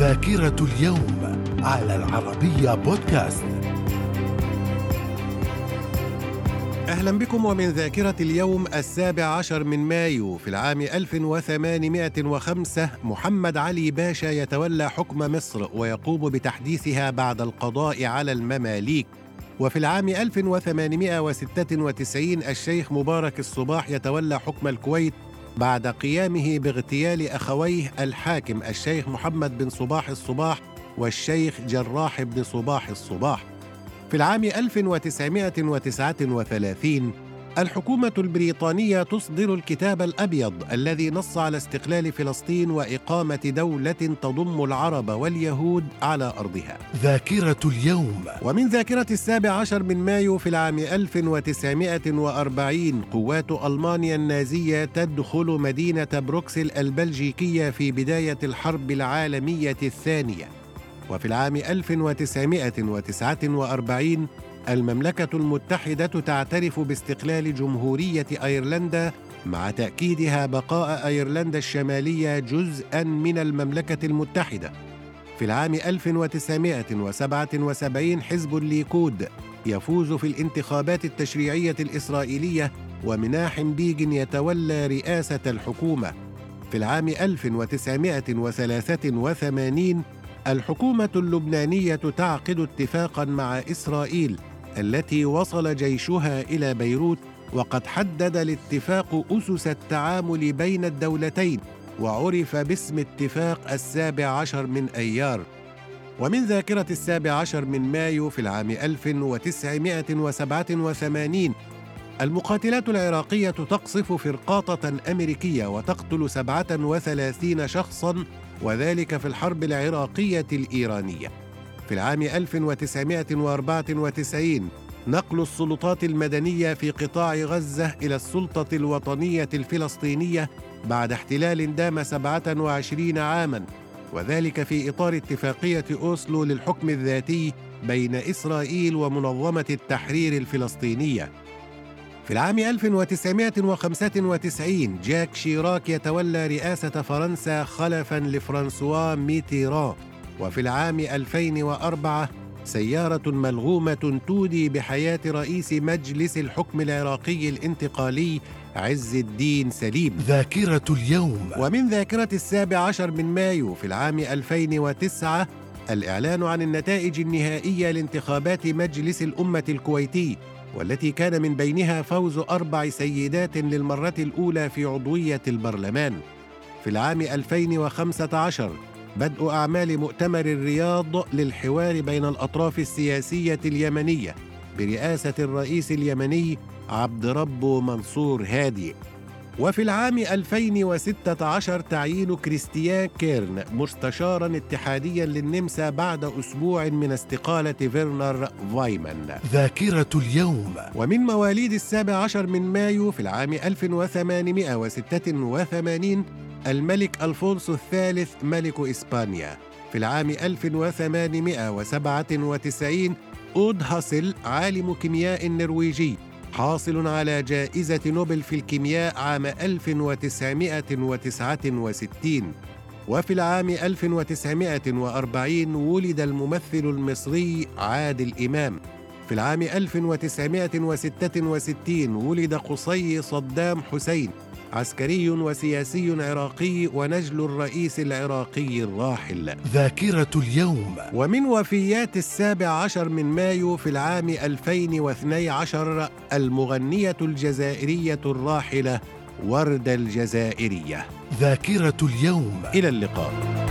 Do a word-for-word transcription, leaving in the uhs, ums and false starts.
ذاكرة اليوم على العربية بودكاست. أهلا بكم ومن ذاكرة اليوم السابع عشر من مايو في العام ألف وثمانمائة وخمسة. محمد علي باشا يتولى حكم مصر ويقوم بتحديثها بعد القضاء على المماليك. وفي العام ألف وثمانمائة وستة وتسعين الشيخ مبارك الصباح يتولى حكم الكويت بعد قيامه باغتيال أخويه الحاكم الشيخ محمد بن صباح الصباح والشيخ جراح بن صباح الصباح. في العام ألف وتسعمائة وتسعة وثلاثين الحكومة البريطانية تصدر الكتاب الأبيض الذي نص على استقلال فلسطين وإقامة دولة تضم العرب واليهود على أرضها. ذاكرة اليوم. ومن ذاكرة السابع عشر من مايو في العام ألف وتسعمائة وأربعين قوات ألمانيا النازية تدخل مدينة بروكسل البلجيكية في بداية الحرب العالمية الثانية. وفي العام ألف وتسعمائة وتسعة وأربعين المملكة المتحدة تعترف باستقلال جمهورية أيرلندا مع تأكيدها بقاء أيرلندا الشمالية جزءاً من المملكة المتحدة. في العام ألف وتسعمائة وسبعة وسبعين حزب الليكود يفوز في الانتخابات التشريعية الإسرائيلية ومناحم بيغن يتولى رئاسة الحكومة. في العام ألف وتسعمائة وثلاثة وثمانين الحكومة اللبنانية تعقد اتفاقاً مع إسرائيل التي وصل جيشها إلى بيروت، وقد حدد الاتفاق أسس التعامل بين الدولتين وعرف باسم اتفاق السابع عشر من أيار. ومن ذاكرة السابع عشر من مايو في العام ألف وتسعمائة وسبعة وثمانين المقاتلات العراقية تقصف فرقاطة أمريكية وتقتل سبعة وثلاثين شخصاً، وذلك في الحرب العراقية الإيرانية. في العام ألف وتسعمائة وأربعة وتسعين نقل السلطات المدنية في قطاع غزة إلى السلطة الوطنية الفلسطينية بعد احتلال دام سبعة وعشرين عاماً، وذلك في إطار اتفاقية أوسلو للحكم الذاتي بين إسرائيل ومنظمة التحرير الفلسطينية. في العام ألف وتسعمائة وخمسة وتسعين جاك شيراك يتولى رئاسة فرنسا خلفاً لفرانسوا ميتيران. وفي العام ألفين وأربعة سيارة ملغومة تودي بحياة رئيس مجلس الحكم العراقي الانتقالي عز الدين سليم. ذاكرة اليوم. ومن ذاكرة السابع عشر من مايو في العام ألفين وتسعة الإعلان عن النتائج النهائية لانتخابات مجلس الأمة الكويتي، والتي كان من بينها فوز أربع سيدات للمرة الأولى في عضوية البرلمان. في العام ألفين وخمسة عشر بدء أعمال مؤتمر الرياض للحوار بين الأطراف السياسية اليمنية برئاسة الرئيس اليمني عبد ربه منصور هادي. وفي العام ألفين وستة عشر تعيين كريستيان كيرن مستشاراً اتحادياً للنمسا بعد أسبوع من استقالة فيرنر فايمان. ذاكرة اليوم. ومن مواليد السابع عشر من مايو في العام ألف وثمانمائة وستة وثمانين الملك ألفونسو الثالث ملك إسبانيا. في العام ألف وثمانمائة وسبعة وتسعين أود هاسل عالم كيمياء نرويجي حاصل على جائزة نوبل في الكيمياء عام ألف وتسعمائة وتسعة وستين. وفي العام ألف وتسعمائة وأربعين ولد الممثل المصري عادل إمام. في العام ألف وتسعمائة وستة وستين ولد قصي صدام حسين عسكري وسياسي عراقي ونجل الرئيس العراقي الراحل. ذاكرة اليوم. ومن وفيات السابع عشر من مايو في العام ألفين واثني عشر المغنية الجزائرية الراحلة وردة الجزائرية. ذاكرة اليوم. إلى اللقاء.